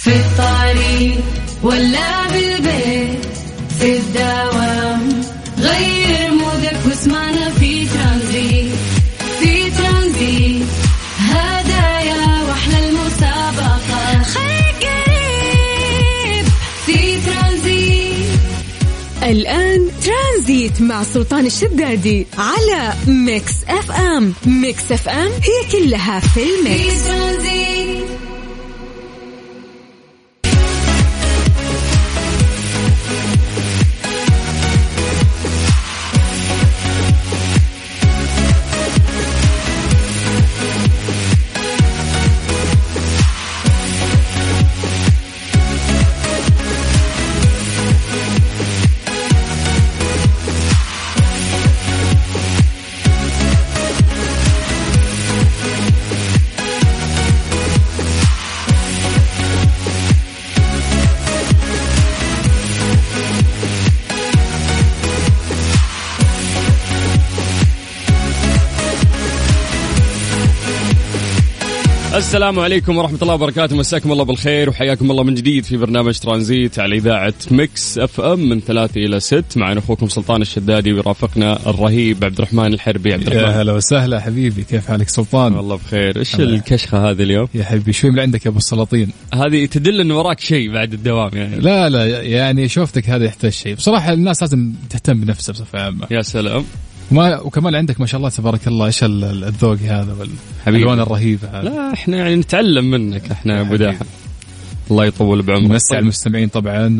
في الطريق ولا بالبيت في الدوام غير مودك واسمعنا في ترانزيت. في ترانزيت هدايا واحلى المسابقة خليك قريب في ترانزيت. الآن ترانزيت مع سلطان الشدادي على ميكس اف ام. ميكس اف ام هي كلها في الميكس. السلام عليكم ورحمة الله وبركاته. مساكم الله بالخير وحياكم الله من جديد في برنامج ترانزيت على إذاعة ميكس اف ام من 3 إلى 6. معنا أخوكم سلطان الشدادي ويرافقنا الرهيب عبد الرحمن الحربي. عبد الرحمن، يا هلا وسهلا حبيبي، كيف حالك سلطان؟ والله بخير. إيش الكشخة هذه اليوم يا حبيبي؟ شوي من عندك يا أبو السلاطين. هذه تدل إنه وراك شيء بعد الدوام يعني. لا يعني شوفتك هذا يحتاج شيء بصراحة. الناس لازم تهتم بنفسها بصفة عامة. يا سلام. وكمان عندك ما شاء الله تبارك الله ايش الذوق هذا والالوان الرهيبه هذه. لا احنا يعني نتعلم منك احنا ابو داحم، الله يطول بعمرك. نمسي على المستمعين طبعا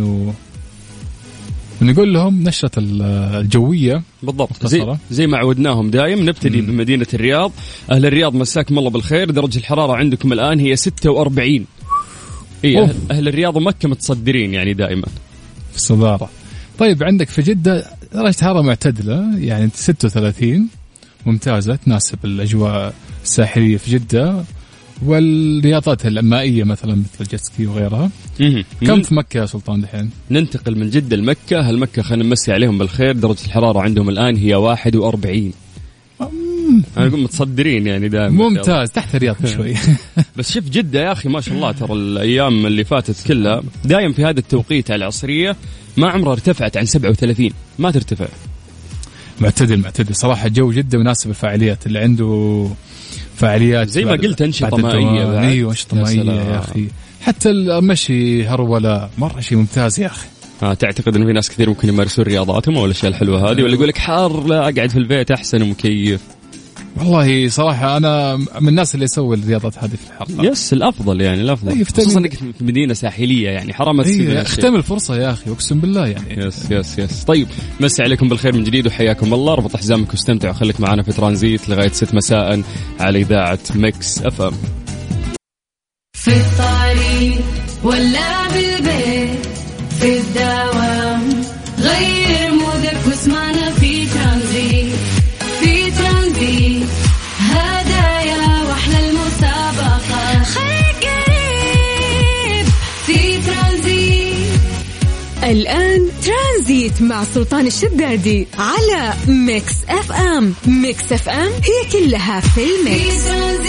ونقول لهم نشرة الجوية بالضبط زي ما عودناهم دائم. نبتدي بمدينة الرياض. أهل الرياض مساكم الله بالخير. درجة الحرارة عندكم الآن هي 46. أهل الرياض ومكة متصدرين يعني دائما في الصدارة. طيب عندك في جدة درجة حرارة معتدلة يعني 36 ممتازة، تناسب الأجواء الساحلية في جدة والرياضات المائية مثلا مثل الجيتسكي وغيرها. كم في مكة يا سلطان دحين؟ ننتقل من جدة لمكة. أهل مكة خلينا نمسي عليهم بالخير. درجة الحرارة عندهم الآن هي 41. أنا أقول متصدرين يعني دائما. ممتاز، تحت الرياض شوي. بس شوف جدة يا أخي ما شاء الله، ترى الأيام اللي فاتت كلها دائما في هذا التوقيت على العصرية ما عمرها ارتفعت عن 37. ما ترتفع. معتدل صراحة. جو جدة مناسب الفعاليات اللي عنده فعاليات زي ما قلت أنشطة مائية. أيوة أنشطة مائية يا أخي. حتى المشي هرولة مرة شيء ممتاز يا أخي. تعتقد أن في ناس كثير ممكن يمارسون رياضاتهم ولا الأشياء الحلوة هذه، ولا يقول لك حار لا أقعد في البيت أحسن ومكيف؟ والله صراحة أنا من الناس اللي يسوي الرياضات هذه في الحر. يس الأفضل يعني الأفضل، خصوصا إنك في مدينة ساحلية يعني حرام اختم الفرصة يا أخي أقسم بالله يعني. يس. طيب مسي عليكم بالخير من جديد وحياكم الله. ربط حزامك واستمتع وخليك معنا في ترانزيت لغاية 6 مساء على إذاعة ميكس اف ام. في الطريق ولا بالبيت في الدوام غير مودك واسمعنا في ترانزيت. في ترانزيت هدايا واحلى المسابقة خليك قريب في ترانزيت. الآن ترانزيت مع سلطان الشدادي على ميكس اف ام. ميكس اف ام هي كلها في الميكس.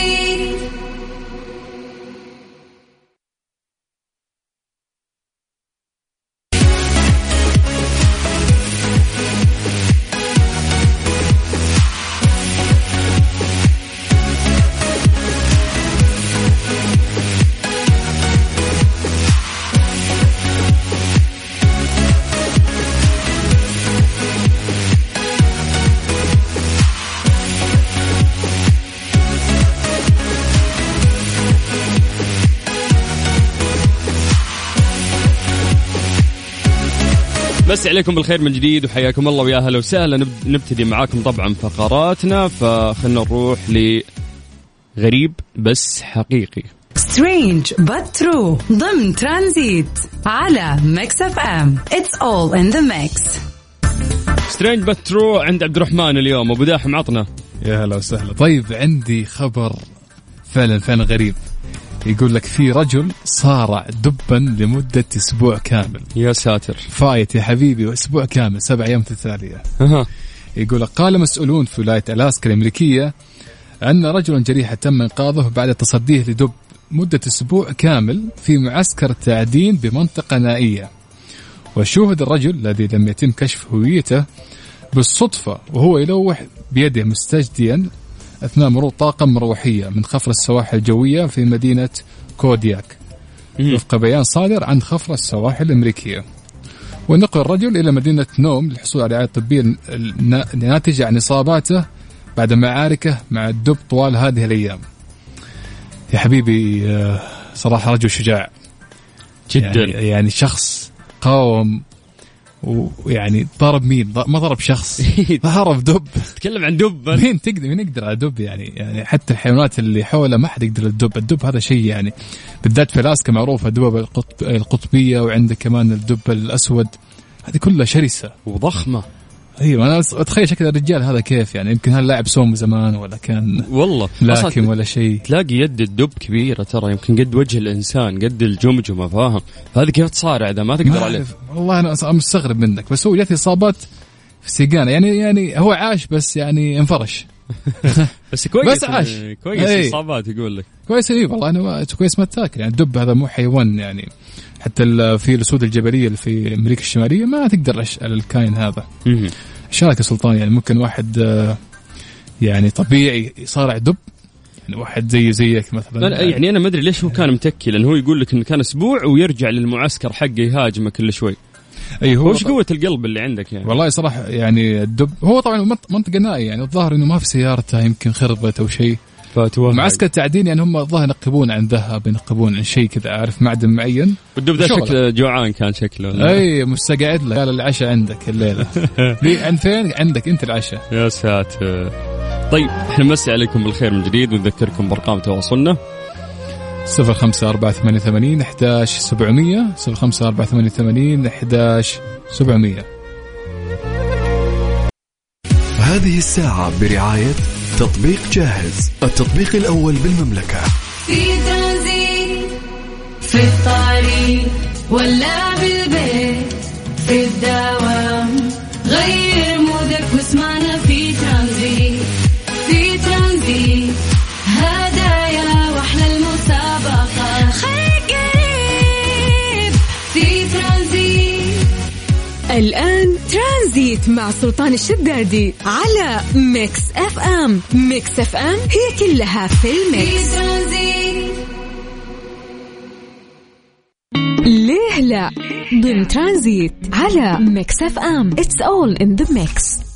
مسي عليكم بالخير من جديد وحياكم الله ويا هلا وسهلا. نبتدي معاكم طبعا فقراتنا، فخلنا نروح لغريب بس حقيقي. Strange but true ضمن ترانزيت على ميكس اف ام. It's all in the mix. Strange but true عند عبد الرحمن اليوم. ابو داحم عطنا. يا هلا وسهلا. طيب عندي خبر فعلا غريب. يقول لك في رجل صارع دبا لمدة أسبوع كامل. يا ساتر. فايت يا حبيبي وأسبوع كامل 7 أيام متتالية. يقول لك قال مسؤولون في ولاية ألاسكا الأمريكية أن رجلا جريحا تم إنقاذه بعد تصديه لدب مدة أسبوع كامل في معسكر تعدين بمنطقة نائية. وشوهد الرجل الذي لم يتم كشف هويته بالصدفة وهو يلوح بيده مستجديا أثناء مرور طاقم مروحية من خفر السواحل الجوية في مدينة كودياك وفق بيان صادر عن خفر السواحل الأمريكية. ونقل الرجل إلى مدينة نوم للحصول على رعاية طبية ناتجة عن إصاباته بعد معاركه مع الدب طوال هذه الأيام. يا حبيبي صراحة رجل شجاع جدا، يعني شخص قاوم، ويعني ضرب مين؟ ما ضرب شخص، ضرب دب. تكلم عن دب، مين يقدر على دب؟ يعني حتى الحيوانات اللي حوله ما حد يقدر الدب هذا شيء يعني، بالذات في ألاسكا معروفة الدببة القطبية، وعندك كمان الدب الأسود، هذه كلها شرسة وضخمة. ايوه انا اتخيل شكل الرجال هذا كيف يعني، يمكن هل لاعب سوم زمان ولا كان والله لاكم ولا شيء. تلاقي يد الدب كبيره ترى، يمكن قد وجه الانسان، قد الجمجمه، فاهم؟ هذه كيف تصارع ده؟ ما تقدر عليه والله. انا مستغرب منك، بس هو جت اصابات في سيقانه يعني هو عاش بس يعني انفرش. بس كويس، بس عاش كويس. اصابات يقول لك كويس. اي والله انا كويس ما تاكل يعني. الدب هذا مو حيوان يعني، حتى في الاسود الجبليه اللي في امريكا الشماليه ما تقدر على الكائن هذا. شارك سلطان يعني ممكن واحد يعني طبيعي يصارع دب، يعني واحد زيك مثلا. يعني انا ما ادري ليش هو كان متكي، لانه هو يقول لك انه كان اسبوع ويرجع للمعسكر حقه يهاجمه كل شوي. اي هو وش قوة القلب اللي عندك يعني؟ والله صراحة يعني الدب هو طبعا منطقة نائية يعني، الظاهر انه ما في سيارته يمكن خربت او شيء، معسكر تعدين يعني هم الظاهر ينقبون عن ذهب، ينقبون عن شيء كذا عارف معدن معين. والدب ذا شكله جوعان كان شكله. اي مستقعد له، قال العشاء عندك الليلة. عند فين؟ عندك انت العشاء. يا ساتر. طيب احنا نمسي عليكم بالخير من جديد ونذكركم بارقام تواصلنا 0548811700 0548811700. هذه الساعة برعاية تطبيق جاهز، التطبيق الأول بالمملكة. في ترانزيت، في الطريق ولا بالبيت، في الدوام غير مودك واسمعنا في ترانزيت. في ترانزيت هدايا واحلى المسابقة، خليك قريب في ترانزيت. الآن ترانزيت مع سلطان الشدادي على ميكس اف ام. ميكس اف ام هي كلها في الميكس. ليه لا ضمن ترانزيت على ميكس اف ام. It's all in the mix.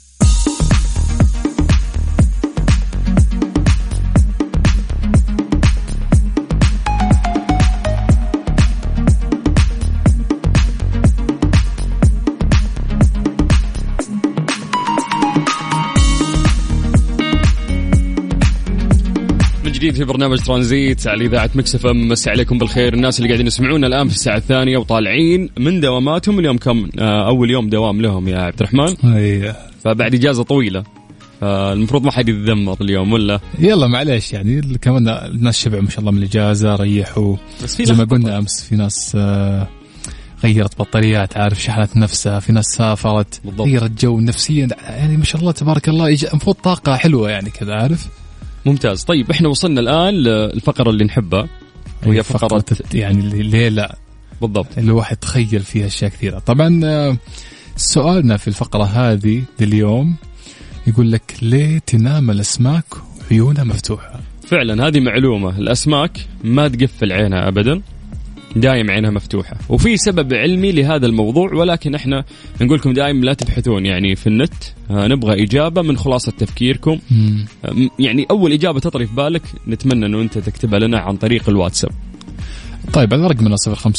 جديد في برنامج ترانزيت على إذاعة ميكس اف ام. مسي عليكم بالخير الناس اللي قاعدين يسمعونا الآن في الساعة الثانية وطالعين من دواماتهم. اليوم كم أول يوم دوام لهم يا عبد الرحمن؟ فبعد إجازة طويلة، فالمفروض ما حد يتذمر اليوم ولا يلا معليش يعني. كمان الناس شبعوا ما شاء الله من الإجازة، ريحوا زي ما قلنا أمس. في ناس غيرت بطاريات، عارف، شحنت نفسها، في ناس سافرت غيرت جو نفسيا يعني ما شاء الله تبارك الله. المفروض طاقة حلوة يعني كذا، عارف. ممتاز. طيب احنا وصلنا الآن للفقرة اللي نحبها، وهي فقرة يعني اللي لا بالضبط اللي الواحد تخيل فيها أشياء كثيرة. طبعا سؤالنا في الفقرة هذه اليوم يقول لك ليه تنام الأسماك عيونها مفتوحة؟ فعلا هذه معلومة، الأسماك ما تقفل عينها أبدا، دايم عينها مفتوحة، وفي سبب علمي لهذا الموضوع، ولكن احنا نقول لكم دائما لا تبحثون يعني في النت، نبغى إجابة من خلاصة تفكيركم. يعني أول إجابة تطري في بالك نتمنى أنه أنت تكتبها لنا عن طريق الواتساب. طيب على رقمنا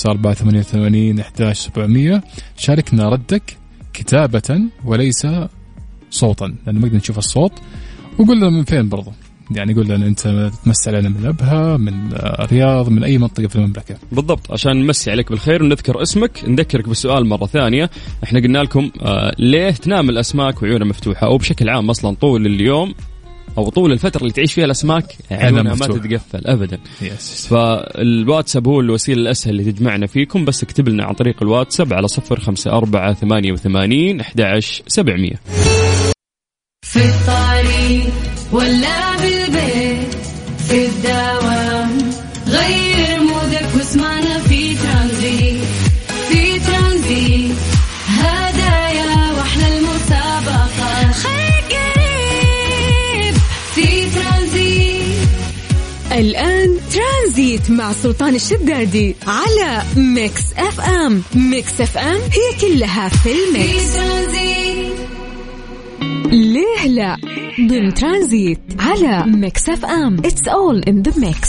0548811700 شاركنا ردك كتابة وليس صوتا، لأنه ما نقدر نشوف الصوت، وقول لنا من فين برضو، يعني قول لنا أنت تمسي علينا من أبها، من الرياض، من أي منطقة في المملكة. بالضبط، عشان نمسي عليك بالخير ونذكر اسمك. نذكرك بالسؤال مرة ثانية، احنا قلنا لكم ليه تنام الأسماك وعيونها مفتوحة، أو بشكل عام أصلا طول اليوم أو طول الفترة اللي تعيش فيها الأسماك عيونها ما تتقفل أبدا. فالواتساب هو الوسيلة الأسهل اللي تجمعنا فيكم، بس اكتب لنا عن طريق الواتساب على 0548811700. في الطريق ولا بالبيت، في الدوام ترانزيت مع سلطان الشدادي على ميكس اف ام. ميكس اف ام هي كلها في الميكس. ليه لا ضمن ترانزيت على ميكس اف ام. It's all in the mix.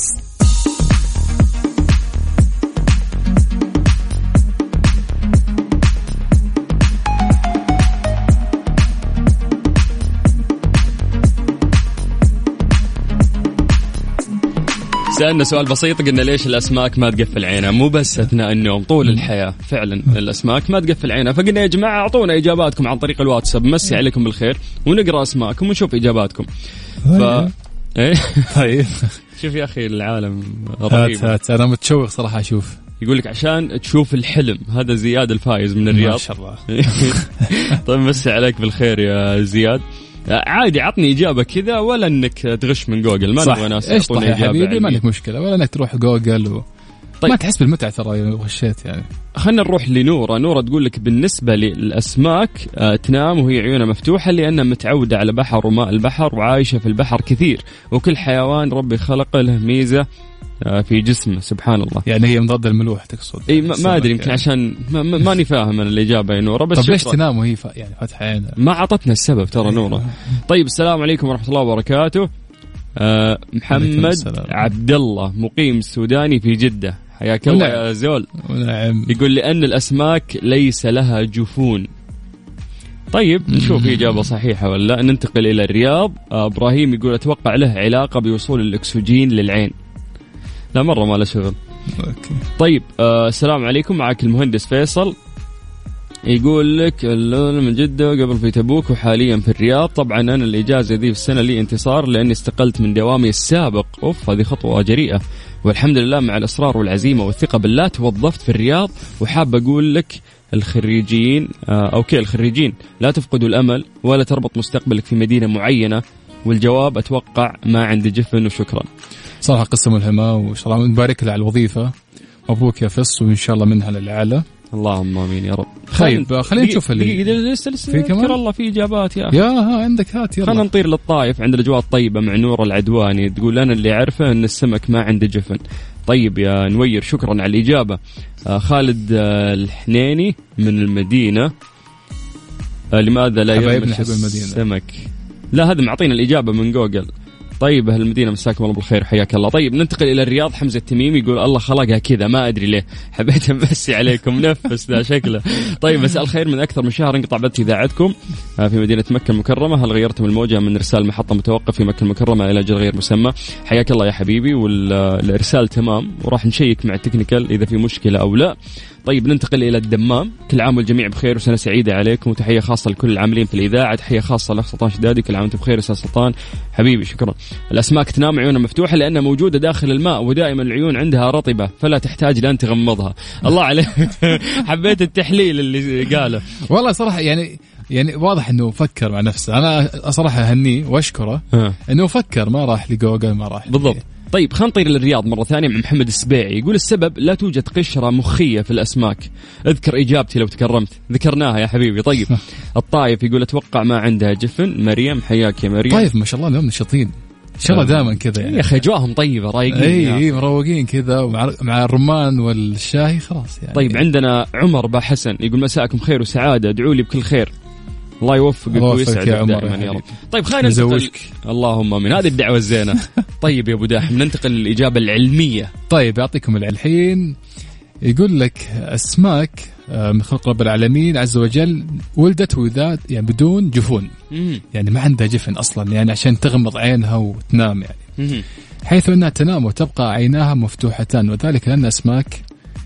سألنا سؤال بسيط، قلنا ليش الأسماك ما تقفل عينها؟ مو بس أثناء النوم، طول الحياة فعلا الأسماك ما تقفل عينها. فقلنا يا جماعة أعطونا إجاباتكم عن طريق الواتساب، مسي عليكم بالخير ونقرأ أسماءكم ونشوف إجاباتكم. طيب شوف يا أخي العالم رهيب. أنا متشوق صراحة أشوف. يقول لك عشان تشوف الحلم. هذا زياد الفايز من الرياض. ما شاء الله. طيب مسي عليك بالخير يا زياد. عادي عطني إجابة كذا ولا إنك تغش من جوجل، ما نبغى ناس يعطوني إجابة. حبيبي ما لك مشكلة، ولا إنك تروح جوجل طيب. ما تحس بالمتعة ترى غشيت يعني. خلنا نروح لنورة. نورة تقول لك بالنسبة للأسماك تنام وهي عيونها مفتوحة لأنها متعودة على بحر وماء البحر وعايشة في البحر كثير، وكل حيوان ربي خلق له ميزة في جسمه سبحان الله. يعني هي مضاد الملوحة تقصد؟ اي ما ادري يمكن يعني. عشان ماني فاهم انا الاجابه يا نوره. بس طب ليش تنام وهي يعني فاتحه عينها؟ ما عطتنا السبب ترى نوره. طيب السلام عليكم ورحمه الله وبركاته. محمد عبد الله مقيم سوداني في جده، حياك الله يا زول. ونعم. يقول لان الاسماك ليس لها جفون. طيب نشوف إجابة صحيحة ولا. ننتقل إلى الرياض. إبراهيم يقول أتوقع له علاقة بوصول الأكسجين للعين. لا مرة ما له شغل. أوكي. طيب السلام عليكم، معك المهندس فيصل. يقول لك من جدة قبل في تبوك وحاليا في الرياض. طبعا أنا الإجازة دي في السنة لي انتصار لأني استقلت من دوامي السابق. هذه خطوة جريئة، والحمد لله مع الإصرار والعزيمة والثقة بالله توظفت في الرياض. وحاب أقول لك الخريجين الخريجين لا تفقدوا الأمل ولا تربط مستقبلك في مدينة معينة. والجواب أتوقع ما عندي جفن. وشكرا. صراحة قصة ملهمة، وإن شاء الله نبارك لها على الوظيفة. مبروك يا فص، وإن شاء الله منها للأعلى. اللهم آمين يا رب. طيب خلينا نشوف في كمان الله في إجابات يا عندك هات يلا. خلينا نطير للطائف عند الأجواء الطيبة مع نور العدواني. تقول أنا اللي أعرفه أن السمك ما عنده جفن. طيب يا نوير شكرا على الإجابة. خالد الحنيني من المدينة. لماذا لا يرمش السمك؟ لا هذا معطينا الإجابة من جوجل. طيب أهل المدينة مساكم الله بالخير حياك الله. طيب ننتقل إلى الرياض. حمزة التميمي يقول الله خلقها كذا ما أدري ليه، حبيت أمسي عليكم نفس ذا شكله. طيب مساء الخير، من أكثر من شهر انقطع بث إذاعتكم في مدينة مكة المكرمة. هل غيرتم الموجة من إرسال محطة متوقف في مكة المكرمة إلى أجل غير مسمى؟ حياك الله يا حبيبي، والإرسال تمام وراح نشيك مع التكنيكال إذا في مشكلة أو لا. طيب ننتقل إلى الدمام. كل عام والجميع بخير وسنة سعيدة عليكم، وتحية خاصة لكل العاملين في الإذاعة. تحية خاصة لأخ سلطان شدادي، كل عام وأنتم بخير أستاذ سلطان حبيبي شكرا. الأسماك تنام عيونها مفتوحة لأنها موجودة داخل الماء، ودائما العيون عندها رطبة فلا تحتاج لأن تغمضها. الله عليك. حبيت التحليل اللي قاله والله صراحة. يعني واضح انه فكر مع نفسه. انا صراحة اهنيه واشكره انه فكر، ما راح لجوجل ما راح بالضبط. طيب خلينا نطير للرياض مرة ثانية مع محمد السبيعي. يقول السبب لا توجد قشرة مخية في الأسماك. اذكر إجابتي لو تكرمت. ذكرناها يا حبيبي. طيب الطائف يقول أتوقع ما عندها جفن. مريم حياك يا مريم. طيب ما شاء الله اليوم نشطين إن شاء الله دائما كذا يعني. يا أخي أجواءهم طيبة رايقين. أي مروقين كذا ومع الرمان والشاي خلاص يعني. طيب عندنا عمر با حسن يقول مساءكم خير وسعادة، ادعوا لي بكل خير. الله يوفقك ويسعدك دائما يا رب. طيب خلينا نزوجك. اللهم امين. هذه الدعوه الزينه. طيب يا ابو داحم ننتقل للاجابه العلميه. طيب يعطيكم الحين. يقول لك اسماك من خلق رب العالمين عز وجل ولدت وذات يعني بدون جفون. يعني ما عندها جفن اصلا يعني عشان تغمض عينها وتنام يعني. حيث انها تنام وتبقى عيناها مفتوحتان، وذلك لان اسماك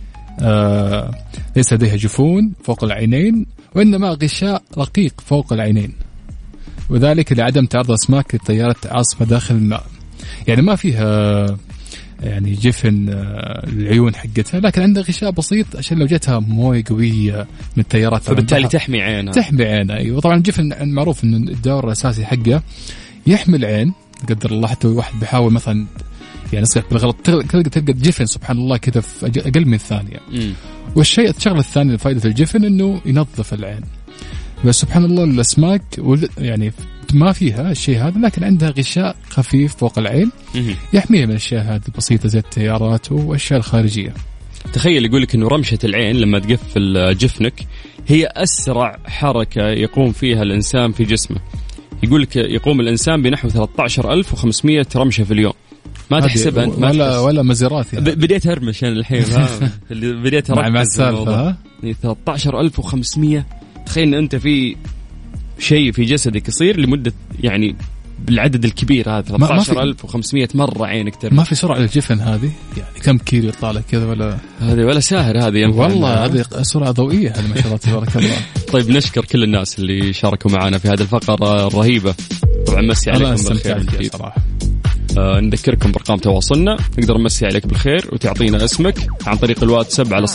ليس لديها جفون فوق العينين وإنما غشاء رقيق فوق العينين، وذلك لعدم تعرض أسماك لتيارات عاصفة داخل الماء. يعني ما فيها يعني جفن العيون حقتها، لكن عندها غشاء بسيط عشان لو جتها موية قوية من التيارات فبالتالي تحمي عينها. أيوة. وطبعا الجفن معروف إنه الدور الأساسي حقه يحمي العين. قدر الله حتى واحد بيحاول مثلا يعني يسقط بالغلط تلقى جفن سبحان الله كذا في أقل من ثانية. والشيء الشغله الثانيه لفائده الجفن انه ينظف العين. بس سبحان الله الاسماك يعني ما فيها الشيء هذا، لكن عندها غشاء خفيف فوق العين يحميها من الأشياء هذه البسيطة زي التيارات والأشياء الخارجية. تخيل يقولك أنه رمشة العين لما تقفل جفنك هي أسرع حركة يقوم فيها الإنسان في جسمه. يقولك يقوم الإنسان بنحو 13500 رمشة في اليوم. ما تحسبها أنت ولا مزيرات يعني. بديت أرمش أنا الحين بديت مع السالفة 13500. تخيل أن أنت في شيء في جسدك يصير لمدة يعني بالعدد الكبير هذا 13500 مرة عينك ترمي. ما في سرعة للجفن هذه يعني كم كيلو يطلع لك كذا ولا ساهر هذه والله هذه سرعة ضوئية هذه ما شاء الله تبارك الله. طيب نشكر كل الناس اللي شاركوا معنا في هذه الفقرة الرهيبة. طبعا مسي عليكم بالخير صراحة. نذكركم برقم تواصلنا، نقدر نمسي عليك بالخير وتعطينا اسمك عن طريق الواتساب على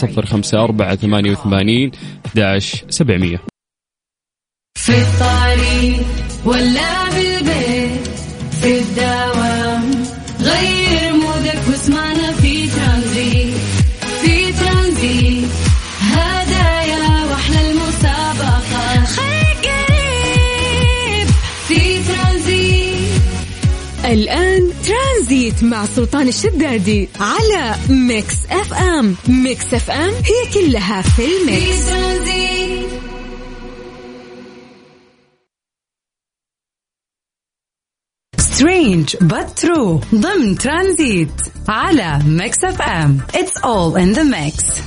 0548811700. في الطريق ولا بالبيت في الدوام غير مودك واسمعنا في ترانزيت. في ترانزيت هدايا واحلى المسابقة خليك قريب في ترانزيت. الآن ترانزيت مع سلطان الشدادي على ميكس اف ام. ميكس اف ام هي كلها في الميكس. Strange but true ضمن ترانزيت على ميكس اف ام. It's all in the mix.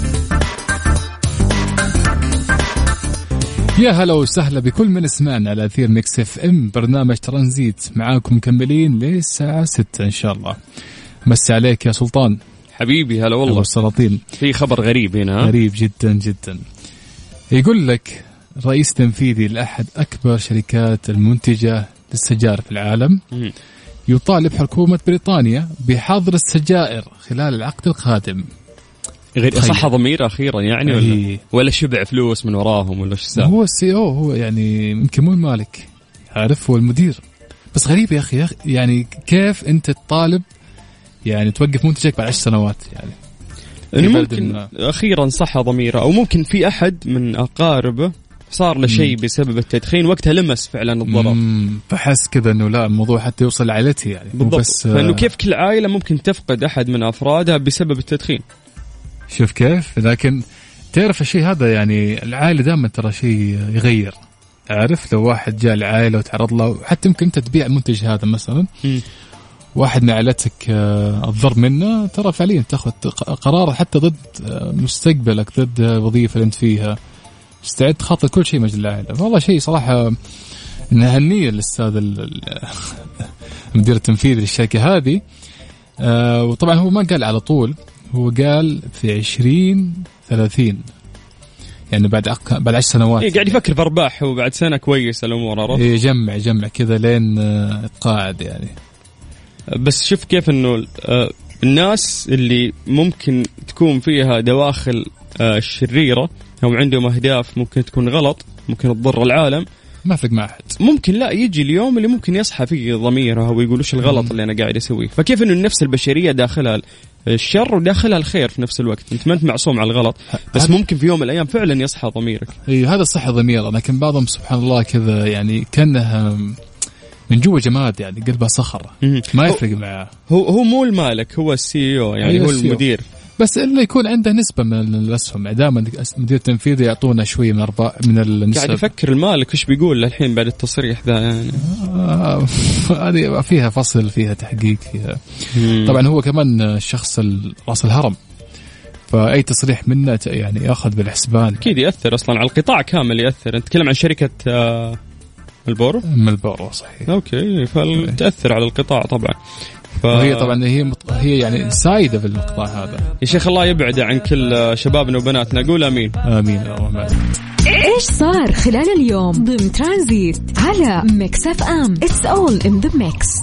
يا هلا وسهلا بكل من اسمعنا على أثير ميكس اف ام. برنامج ترانزيت معاكم مكملين للساعة 6 إن شاء الله. مسي عليك يا سلطان حبيبي. هلا والله السلاطين. في خبر غريب هنا. غريب جدا جدا. يقول لك رئيس تنفيذي لأحد أكبر شركات المنتجة للسجائر في العالم يطالب حكومة بريطانيا بحظر السجائر خلال العقد القادم. صح ضمير أخيرا يعني ولا شبع فلوس من وراهم ولا شو؟ هو السي او هو يعني يمكن مو المالك، عارف، هو المدير. بس غريب يا أخي يعني كيف أنت تطالب يعني توقف منتجك بعد 10 سنوات يعني ممكن أخيرا صح ضميره، أو ممكن في أحد من أقاربه صار له شيء بسبب التدخين وقتها لمس فعلا الضرر، فحس كذا انه لا الموضوع حتى يوصل لعائلتي يعني بس فانه كيف كل عائله ممكن تفقد احد من افرادها بسبب التدخين. شوف كيف. لكن تعرف الشيء هذا يعني العائله دائما ترى شيء يغير، عارف، لو واحد جاء العائله وتعرض له حتى ممكن انت تبيع المنتج هذا مثلا واحد من عائلتك الضر منه، ترى فعليا تاخذ قرار حتى ضد مستقبلك، ضد الوظيفه اللي انت فيها، استعد تخاطر كل شيء مجل العائلة. والله شيء صراحة نهنية للأستاذ المدير التنفيذي للشركة هذه. وطبعا هو ما قال على طول، هو قال في 2030 يعني بعد 10 سنوات. قاعد يفكر بأرباح وبعد سنة كويس الأمور، عرفت؟ يجمع كذا لين يتقاعد يعني. بس شوف كيف إنه الناس اللي ممكن تكون فيها دواخل شريرة أو عندهم أهداف ممكن تكون غلط، ممكن تضر العالم، ما فرق مع أحد. ممكن لا يجي اليوم اللي ممكن يصحى فيه ضميره ويقول وش الغلط اللي أنا قاعد أسويه. فكيف إنه النفس البشرية داخلها الشر وداخلها الخير في نفس الوقت. أنت ما أنت معصوم على الغلط، بس ممكن في يوم من الأيام فعلا يصحى ضميرك. هذا صح ضميره، لكن بعضهم سبحان الله كذا يعني كأنها من جوا جماد يعني قلبها صخر، ما يفرق معه. هو مو المالك، هو السي او يعني هو المدير، بس إلا يكون عنده نسبة من الأسهم. دائما المدير التنفيذي يعطونا شوية من النسبة. قاعد يفكر المالك وش بيقول الحين بعد التصريح ذا يعني. هذه فيها فصل، فيها تحقيق، فيها طبعا هو كمان الشخص راس الهرم، فأي تصريح منه يعني يأخذ بالحسبان. أكيد يأثر أصلا على القطاع كامل، يأثر. أنت تتكلم عن شركة ملبورو صحيح. أوكي، فتأثر على القطاع طبعا. وهي طبعا هي يعني سايدة في القطاع هذا. يا شيخ الله يبعد عن كل شبابنا وبناتنا، قول آمين. آمين. إيش صار خلال اليوم ضمن ترانزيت على ميكس اف ام. It's all in the mix.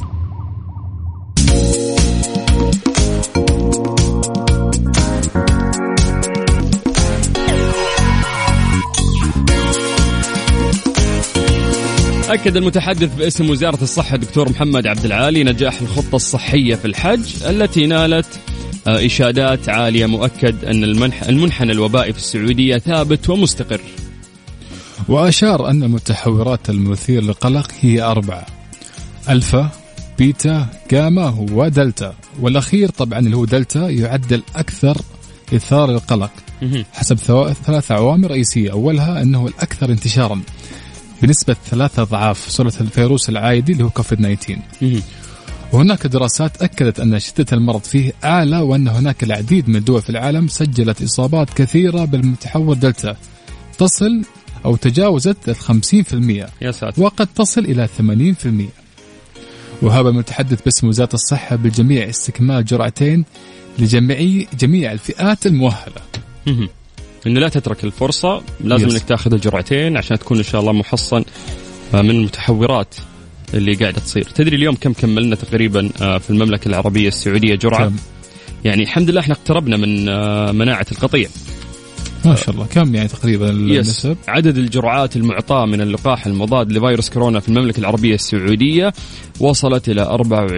أكد المتحدث باسم وزارة الصحة دكتور محمد عبد العالي نجاح الخطة الصحية في الحج التي نالت إشادات عالية، مؤكد أن المنحنى الوبائي في السعودية ثابت ومستقر. وأشار أن المتحورات المثير للقلق هي 4: ألفا، بيتا، جاما ودلتا، والأخير طبعا اللي هو دلتا يعد الأكثر إثارة للقلق حسب 3 عوامل رئيسية. أولها أنه الأكثر انتشارا بنسبة 3 أضعاف سرعة الفيروس العائدي اللي هو كوفيد-19. وهناك دراسات أكدت أن شدة المرض فيه أعلى، وأن هناك العديد من الدول في العالم سجلت إصابات كثيرة بالمتحور دلتا تصل أو تجاوزت 50%، يا ساتر. وقد تصل إلى 80%. وهذا المتحدث باسم وزارة الصحة بالجميع استكمال جرعتين لجميع الفئات المؤهلة. إنه لا تترك الفرصة، لازم إنك تأخذ الجرعتين عشان تكون إن شاء الله محصن من المتحورات اللي قاعدة تصير. تدري اليوم كم كملنا تقريبا في المملكة العربية السعودية جرعة؟ يعني الحمد لله احنا اقتربنا من مناعة القطيع ما شاء الله. كم يعني تقريبا النسب؟ عدد الجرعات المعطاة من اللقاح المضاد لفيروس كورونا في المملكة العربية السعودية وصلت إلى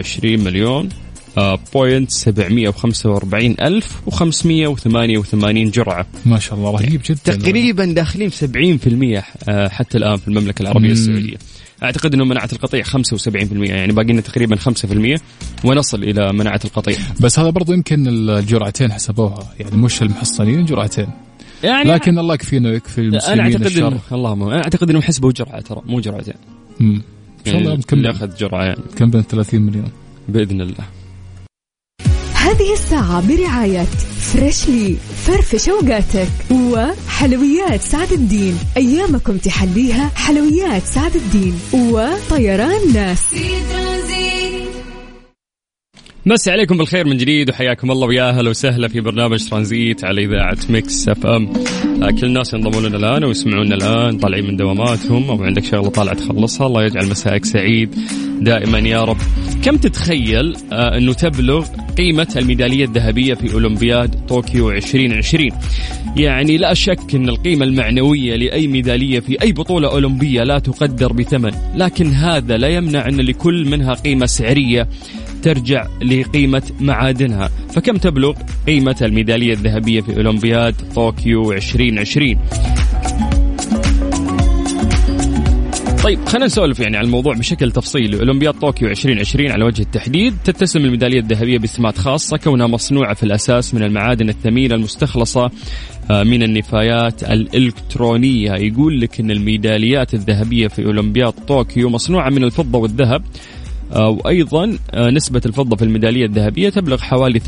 24,745,588 جرعة. ما شاء الله، رهيب جدا. تقريبا داخلين 70% حتى الآن في المملكة العربية السعودية. أعتقد أنه مناعة القطيع 75%، يعني باقينا تقريبا 5% ونصل إلى مناعة القطيع. بس هذا برضو يمكن الجرعتين حسبوها، يعني مش المحصنين جرعتين يعني، لكن الله يكفينا ويكفي المسلمين. أنا أعتقد اللهم أنا أعتقد أنهم حسبوا جرعة، ترى مو جرعتين. إن شاء الله كم يأخذ جرعة يعني كم بين 30 مليون بإذن الله. هذه الساعة برعاية فريشلي، فرفش اوقاتك، وحلويات سعد الدين، أيامكم تحليها حلويات سعد الدين، وطيران ناس. مسي عليكم بالخير من جديد وحياكم الله ويا أهلا وسهلا في برنامج ترانزيت على إذاعة ميكس اف ام. كل الناس ينضمون لنا الآن ويسمعونا الآن طالعين من دواماتهم أو عندك شغلة طالع تخلصها، الله يجعل مساءك سعيد دائما يا رب. كم تتخيل أنه تبلغ قيمة الميدالية الذهبية في أولمبياد طوكيو 2020؟ يعني لا شك أن القيمة المعنوية لأي ميدالية في أي بطولة أولمبية لا تقدر بثمن، لكن هذا لا يمنع أن لكل منها قيمة سعرية ترجع لقيمة معادنها. فكم تبلغ قيمة الميدالية الذهبية في أولمبياد طوكيو 2020؟ طيب خلينا نسولف يعني عن الموضوع بشكل تفصيلي. أولمبياد طوكيو 2020 على وجه التحديد تتسم الميدالية الذهبية بسمات خاصة كونها مصنوعة في الأساس من المعادن الثمينة المستخلصة من النفايات الإلكترونية. يقول لك أن الميداليات الذهبية في أولمبياد طوكيو مصنوعة من الفضة والذهب، وأيضا نسبة الفضة في الميدالية الذهبية تبلغ حوالي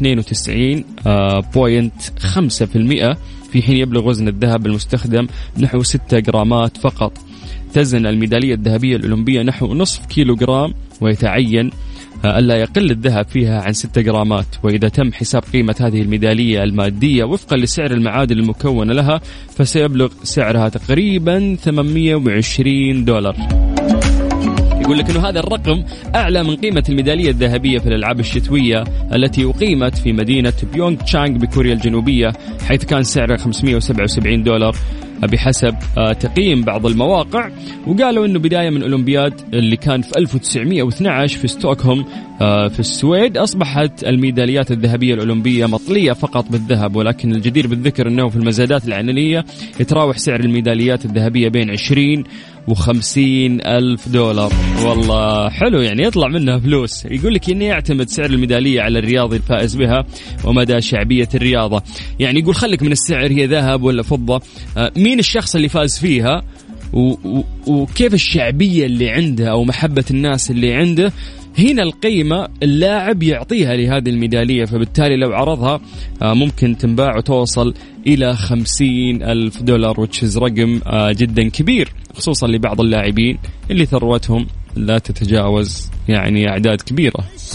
92.5%، في حين يبلغ وزن الذهب المستخدم نحو 6 جرامات فقط. تزن الميدالية الذهبية الأولمبية نحو نصف كيلوغرام، ويتعين ألا يقل الذهب فيها عن 6 جرامات. وإذا تم حساب قيمة هذه الميدالية المادية وفقا لسعر المعادن المكونة لها فسيبلغ سعرها تقريبا $820. يقول لك أنه هذا الرقم أعلى من قيمة الميدالية الذهبية في الألعاب الشتوية التي أقيمت في مدينة بيونغ تشانغ بكوريا الجنوبية، حيث كان سعرها $577 بحسب تقييم بعض المواقع. وقالوا أنه بداية من أولمبياد اللي كان في 1912 في ستوكهولم في السويد أصبحت الميداليات الذهبية الأولمبية مطلية فقط بالذهب، ولكن الجدير بالذكر أنه في المزادات العنانية يتراوح سعر الميداليات الذهبية بين 20 و50 ألف دولار. والله حلو، يعني يطلع منها فلوس. يقول لك إنه يعتمد سعر الميدالية على الرياضي الفائز بها ومدى شعبية الرياضة. يعني يقول خليك من السعر هي ذهب ولا فضة، مين الشخص اللي فاز فيها وكيف الشعبية اللي عنده أو محبة الناس اللي عنده. هنا القيمة اللاعب يعطيها لهذه الميدالية، فبالتالي لو عرضها ممكن تنباع وتوصل إلى $50,000، وتشز رقم جدا كبير، خصوصا لبعض اللاعبين اللي ثروتهم لا تتجاوز يعني أعداد كبيرة.